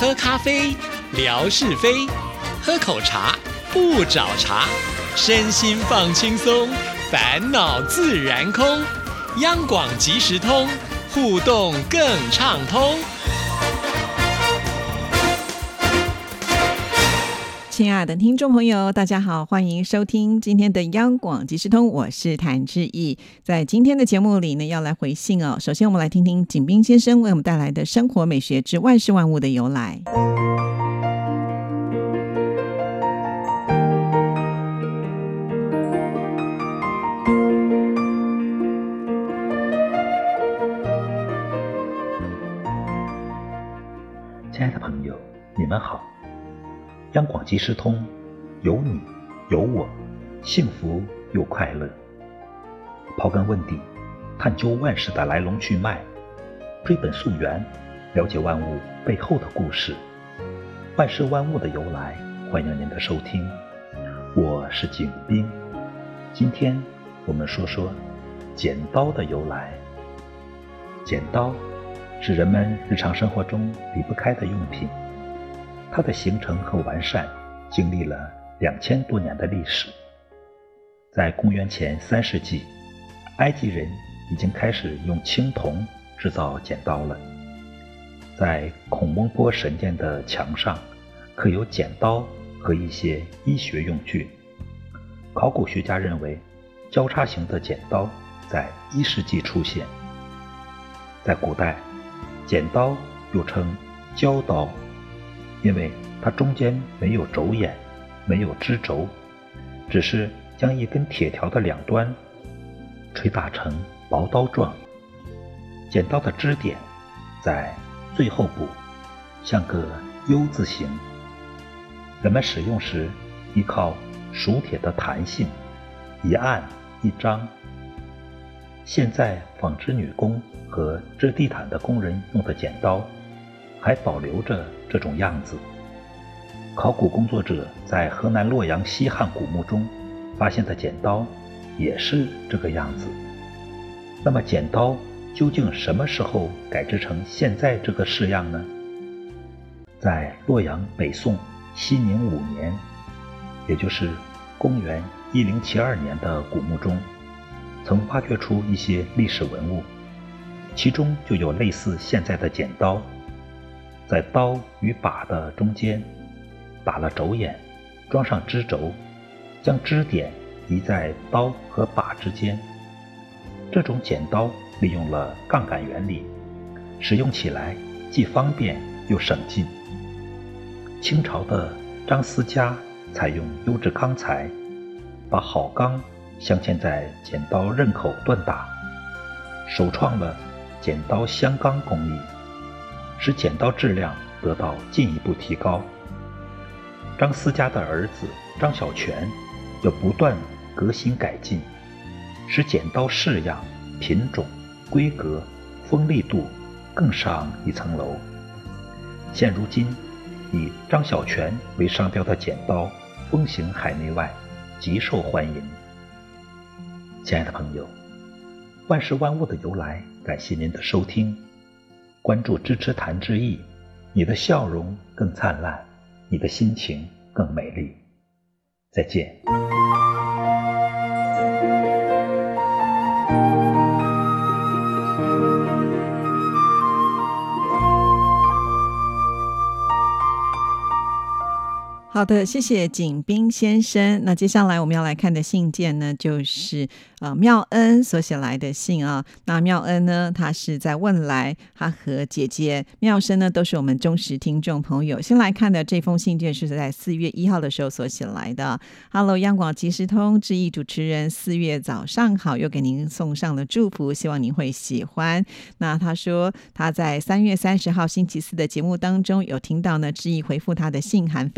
喝咖啡，聊是非；喝口茶，不找茬。身心放轻松，烦恼自然空。央广即时通，互动更畅通。 亲爱的听众朋友，大家好，欢迎收听今天的央广即时通，我是谭志毅。在今天的节目里呢，要来回信哦。首先我们来听听景斌先生为我们带来的生活美学之万事万物的由来。 亲爱的朋友，你们好。央广即时通，有你有我，幸福又快乐。刨根问底，探究万事的来龙去脉，追本溯源，了解万物背后的故事。万事万物的由来，欢迎您的收听。我是景斌。今天我们说说剪刀的由来。剪刀是人们日常生活中离不开的用品，它的形成和完善经历了2000多年的历史。在公元前3世纪，埃及人已经开始用青铜制造剪刀了。在孔蒙波神殿的墙上刻有剪刀和一些医学用具。考古学家认为，交叉型的剪刀在1世纪出现。在古代，剪刀又称交刀，因为它中间没有轴眼，没有支轴，只是将一根铁条的两端捶打成薄刀状。剪刀的支点在最后部，像个 U 字形。人们使用时依靠熟铁的弹性，一按一张。现在纺织女工和织地毯的工人用的剪刀还保留着这种样子。考古工作者在河南洛阳西汉古墓中发现的剪刀也是这个样子。那么剪刀究竟什么时候改制成现在这个式样呢？在洛阳北宋熙宁5年，也就是公元1072年的古墓中，曾挖掘出一些历史文物，其中就有类似现在的剪刀。在刀与把的中间打了轴眼，装上支轴，将支点移在刀和把之间。这种剪刀利用了杠杆原理，使用起来既方便又省劲。清朝的张思嘉采用优质钢材，把好钢镶嵌在剪刀刃口锻打，首创了剪刀镶钢工艺，使剪刀质量得到进一步提高。张思嘉的儿子张小泉又不断革新改进，使剪刀式样、品种、规格、锋利度更上一层楼。现如今，以张小泉为商标的剪刀风行海内外，极受欢迎。亲爱的朋友，万事万物的由来，感谢您的收听。关注支持谭志毅，你的笑容更灿烂，你的心情更美丽。再见。 好的，谢谢景斌先生。那接下来我们要来看的信件呢，就是妙恩所写来的信啊。那妙恩呢，他是在汶莱，他和姐姐妙生呢都是我们忠实听众朋友。先来看的这封信件是在4月1号的时候所写来的。Hello， 央广即时通志毅主持人，4月早上好，又给您送上了祝福，希望您会喜欢。那他说他在3月30号星期四的节目当中有听到呢，志毅回复他的信函，非常的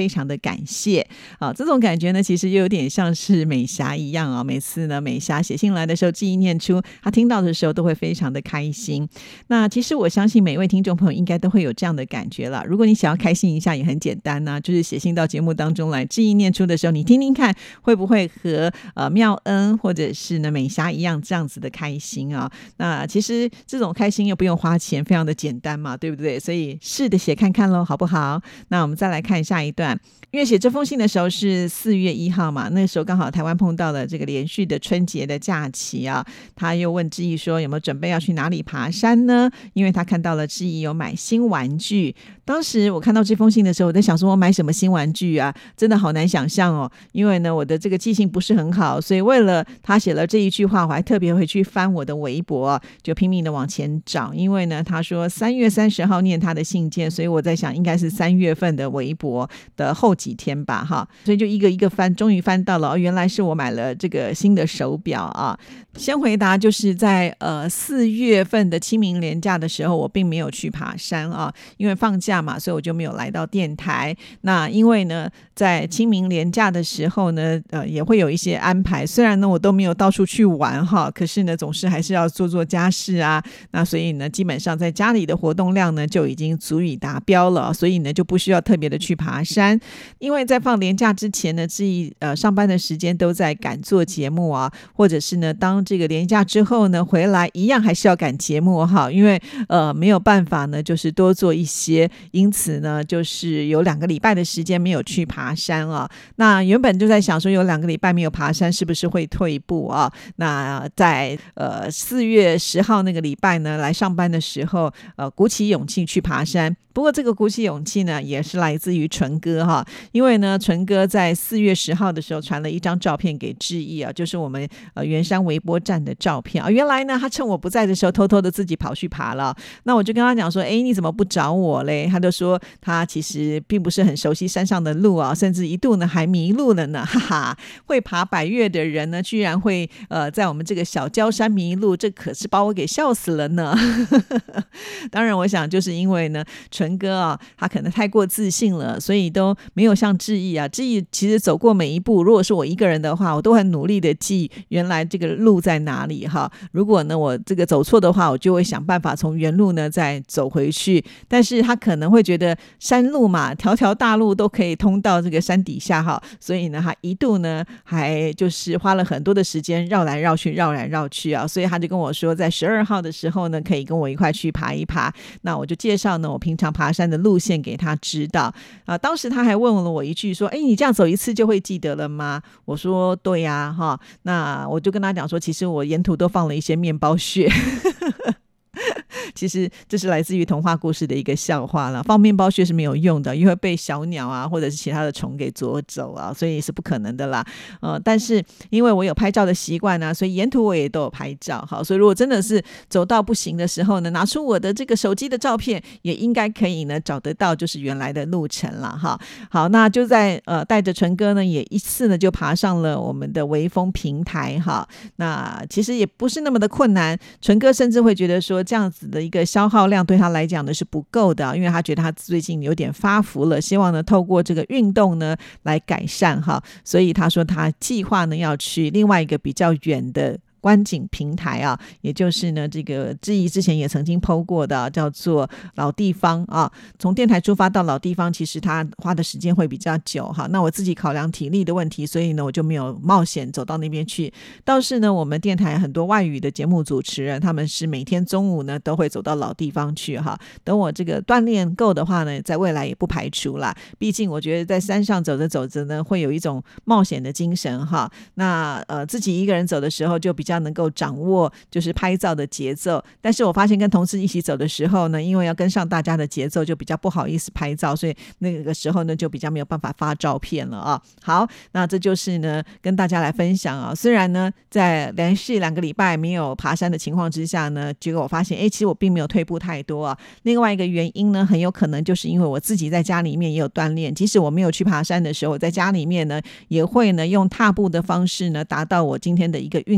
感谢这种感觉呢其实又有点像是美霞一样每次呢美霞写信来的时候，志毅念出她听到的时候都会非常的开心。那其实我相信每位听众朋友应该都会有这样的感觉啦。如果你想要开心一下也很简单就是写信到节目当中来，志毅念出的时候你听听看会不会和妙恩或者是呢美霞一样这样子的开心那其实这种开心又不用花钱，非常的简单嘛，对不对？所以试着写看看咯，好不好？那我们再来看下一段。因为写这封信的时候是4月1号嘛，那时候刚好台湾碰到了这个连续的春节的假期他又问志毅说有没有准备要去哪里爬山呢？因为他看到了志毅有买新玩具。当时我看到这封信的时候，我在想说我买什么新玩具真的好难想象因为呢我的这个记性不是很好，所以为了他写了这一句话，我还特别回去翻我的微博就拼命的往前找。因为呢他说3月30号念他的信件，所以我在想应该是3月份的微博的后几天吧所以就一个一个翻，终于翻到了原来是我买了这个新的手表先回答就是在4月份的清明连假的时候，我并没有去爬山因为放假嘛，所以我就没有来到电台。那因为呢在清明连假的时候呢也会有一些安排，虽然呢我都没有到处去玩可是呢总是还是要做做家事那所以呢基本上在家里的活动量呢就已经足以达标了，所以呢就不需要特别的去爬山。因为在放连假之前呢，志毅上班的时间都在赶做节目或者是呢当这个连假之后呢回来一样还是要赶节目因为没有办法呢就是多做一些，因此呢就是有2个礼拜的时间没有去爬山那原本就在想说有2个礼拜没有爬山是不是会退步那在4月10号那个礼拜呢来上班的时候鼓起勇气去爬山。不过这个鼓起勇气呢也是来自于纯哥因为呢纯哥在4月10号的时候传了一张照片给志毅就是我们圆山微波站的照片原来呢他趁我不在的时候偷偷的自己跑去爬了。那我就跟他讲说你怎么不找我嘞？他就说他其实并不是很熟悉山上的路甚至一度呢还迷路了呢，哈哈，会爬百岳的人呢居然会在我们这个小郊山迷路，这可是把我给笑死了呢当然我想就是因为呢纯哥他可能太过自信了，所以都没有像志毅志毅其实走过每一步，如果是我一个人的话我都很努力的记原来这个路在哪里如果呢我这个走错的话，我就会想办法从原路呢再走回去。但是他可能会觉得山路嘛，条条大路都可以通到这个山底下所以呢他一度呢还就是花了很多的时间绕来绕去绕来绕去所以他就跟我说在12号的时候呢可以跟我一块去爬一爬。那我就介绍呢我平常爬山的路线给他知道当时他还问了我一句说你这样走一次就会记得了吗？我说对呀那我就跟他讲说其实我沿途都放了一些面包屑其实这是来自于童话故事的一个笑话了，放面包屑是没有用的，因为被小鸟或者是其他的虫给啄走所以是不可能的啦但是因为我有拍照的习惯所以沿途我也都有拍照所以如果真的是走到不行的时候呢，拿出我的这个手机的照片也应该可以呢找得到就是原来的路程了好，那就在带着纯哥呢也一次呢就爬上了我们的微风平台那其实也不是那么的困难，纯哥甚至会觉得说这样子的一个消耗量对他来讲呢是不够的，因为他觉得他最近有点发福了，希望呢透过这个运动呢来改善所以他说他计划呢要去另外一个比较远的观景平台也就是呢这个志毅之前也曾经 po 过的叫做老地方从电台出发到老地方其实他花的时间会比较久那我自己考量体力的问题，所以呢我就没有冒险走到那边去。倒是呢我们电台很多外语的节目主持人他们是每天中午呢都会走到老地方去等我这个锻炼够的话呢在未来也不排除啦，毕竟我觉得在山上走着走着呢会有一种冒险的精神那自己一个人走的时候就比较能够掌握就是拍照的节奏，但是我发现跟同事一起走的时候呢，因为要跟上大家的节奏就比较不好意思拍照，所以那个时候呢就比较没有办法发照片了好，那这就是呢跟大家来分享虽然呢在连续2个礼拜没有爬山的情况之下呢，结果我发现其实我并没有退步太多另外一个原因呢很有可能就是因为我自己在家里面也有锻炼，即使我没有去爬山的时候，我在家里面呢也会呢用踏步的方式呢达到我今天的一个运动量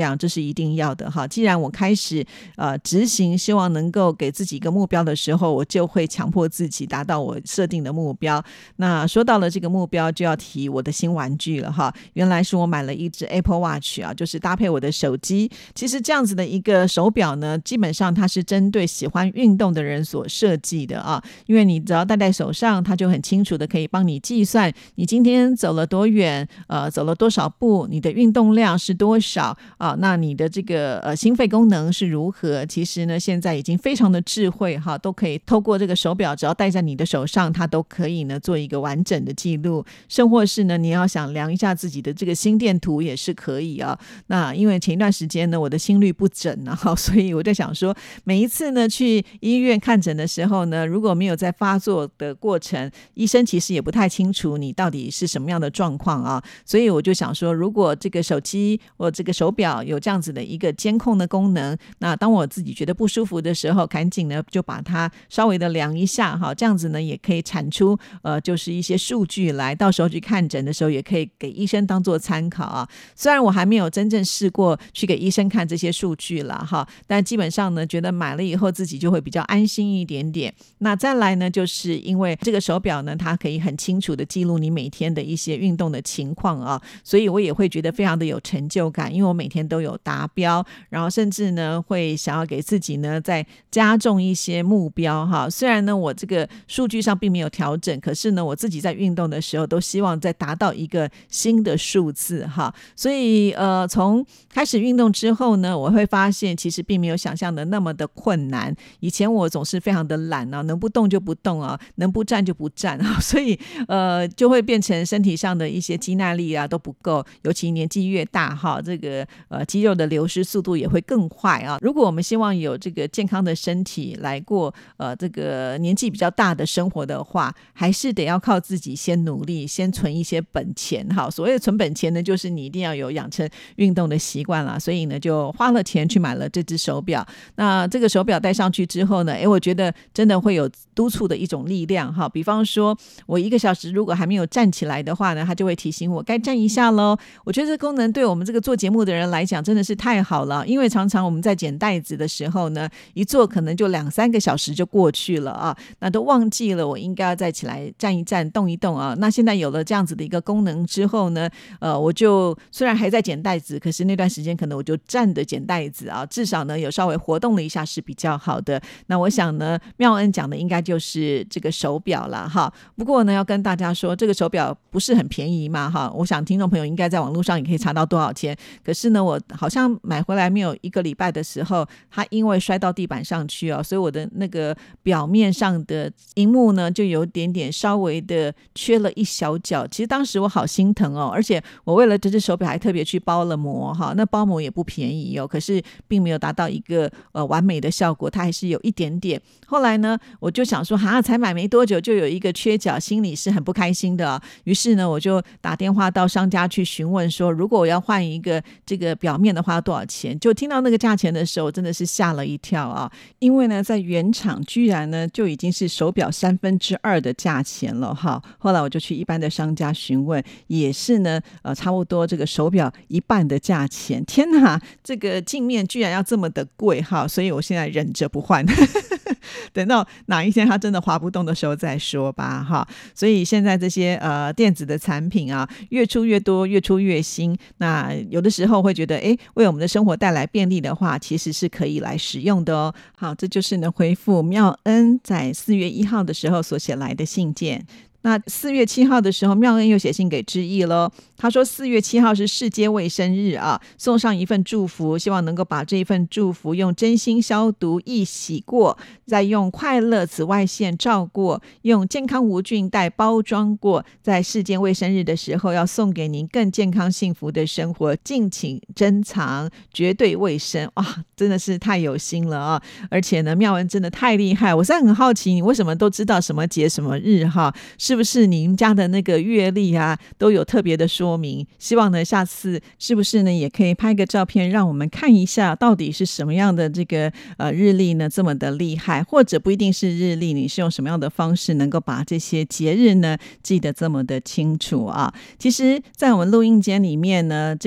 量，这是一定要的哈。既然我开始执行，希望能够给自己一个目标的时候，我就会强迫自己达到我设定的目标。那说到了这个目标，就要提我的新玩具了哈。原来是我买了一只 Apple Watch 啊，就是搭配我的手机。其实这样子的一个手表呢，基本上它是针对喜欢运动的人所设计的啊，因为你只要戴在手上，它就很清楚的可以帮你计算你今天走了多远，走了多少步，你的运动量是多少啊？那你的这个心肺功能是如何？其实呢，现在已经非常的智慧哈，都可以透过这个手表，只要戴在你的手上，它都可以呢做一个完整的记录。甚或是呢，你要想量一下自己的这个心电图也是可以啊。那因为前一段时间呢，我的心律不整啊，所以我在想说，每一次呢去医院看诊的时候呢，如果没有在发作的过程，医生其实也不太清楚你到底是什么样的状况啊。所以我就想说，如果这个手机或这个手表有这样子的一个监控的功能，那当我自己觉得不舒服的时候，赶紧呢就把它稍微的量一下哈，这样子呢也可以产出就是一些数据来，到时候去看诊的时候也可以给医生当做参考啊。虽然我还没有真正试过去给医生看这些数据啦哈，但基本上呢觉得买了以后自己就会比较安心一点点。那再来呢，就是因为这个手表呢它可以很清楚的记录你每天的一些运动的情况啊，所以我也会觉得非常的有成就感，因为我每天都有达标，然后甚至呢会想要给自己呢再加重一些目标哈。虽然呢我这个数据上并没有调整，可是呢我自己在运动的时候都希望再达到一个新的数字哈。所以从开始运动之后呢，我会发现其实并没有想象的那么的困难。以前我总是非常的懒啊，能不动就不动啊，能不站就不站啊，所以就会变成身体上的一些肌耐力啊都不够，尤其年纪越大哈，这个肌肉的流失速度也会更快啊。如果我们希望有这个健康的身体来过这个年纪比较大的生活的话，还是得要靠自己先努力，先存一些本钱哈。所谓的存本钱呢，就是你一定要有养成运动的习惯啦。所以呢，就花了钱去买了这只手表。那这个手表戴上去之后呢，我觉得真的会有督促的一种力量哈。比方说，我1个小时如果还没有站起来的话呢，它就会提醒我该站一下咯。我觉得这功能对我们这个做节目的人来讲真的是太好了，因为常常我们在剪带子的时候呢，一坐可能就2-3个小时就过去了啊，那都忘记了我应该要再起来站一站动一动啊。那现在有了这样子的一个功能之后呢，我就虽然还在剪带子，可是那段时间可能我就站着剪带子啊，至少呢有稍微活动了一下是比较好的。那我想呢，妙恩讲的应该就是这个手表啦哈。不过呢，要跟大家说，这个手表不是很便宜嘛哈。我想听众朋友应该在网络上也可以查到多少钱。可是呢，我好像买回来没有1个礼拜的时候，它因为摔到地板上去哦，所以我的那个表面上的萤幕呢，就有点点稍微的缺了一小角。其实当时我好心疼哦，而且我为了这只手表还特别去包了膜哈，那包膜也不便宜哦，可是并没有达到一个完美的效果，它还是有一点点。后来呢，我就想说才买没多久就有一个缺角，心里是很不开心的于是呢，我就打电话到商家去询问说，如果我要换一个这个表面的话要多少钱。就听到那个价钱的时候，真的是吓了一跳啊！因为呢，在原厂居然呢就已经是手表2/3的价钱了哈。后来我就去一般的商家询问，也是呢差不多这个手表1半的价钱。天哪，这个镜面居然要这么的贵哈！所以我现在忍着不换等到哪一天它真的滑不动的时候再说吧哈。所以现在这些电子的产品啊，越出越多，越出越新。那有的时候会觉得为我们的生活带来便利的话，其实是可以来使用的哦。好，这就是呢回复妙恩在4月1号的时候所写来的信件。那4月7号的时候，妙恩又写信给志毅咯。他说4月7号是世界卫生日啊，送上一份祝福，希望能够把这一份祝福用真心消毒一洗过，再用快乐紫外线照过，用健康无菌袋包装过，在世界卫生日的时候要送给您更健康幸福的生活，敬请珍藏，绝对卫生。哇，真的是太有心了啊！而且呢，妙恩真的太厉害，我现在很好奇你为什么都知道什么节什么日哈？是不是您家的那个月历啊都有特别的说明？希望呢下次是不是呢也可以拍个照片让我们看一下到底是什么样的这个日历呢这么的厉害，或者不一定是日历，你是用什么样的方式能够把这些节日呢记得这么的清楚啊？其实在我们录音间里面呢，这个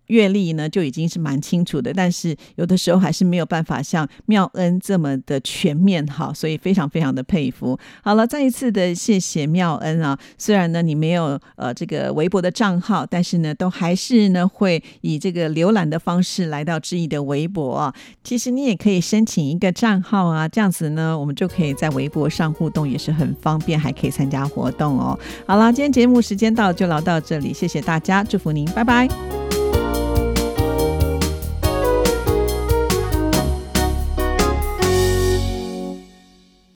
阅历呢就已经是蛮清楚的，但是有的时候还是没有办法像妙恩这么的全面哈，所以非常非常的佩服。好了，再一次的谢谢妙恩啊，虽然呢你没有这个微博的账号，但是呢都还是呢会以这个浏览的方式来到志毅的微博啊。其实你也可以申请一个账号啊，这样子呢我们就可以在微博上互动，也是很方便，还可以参加活动哦。好了，今天节目时间到，就聊到这里，谢谢大家，祝福您，拜拜。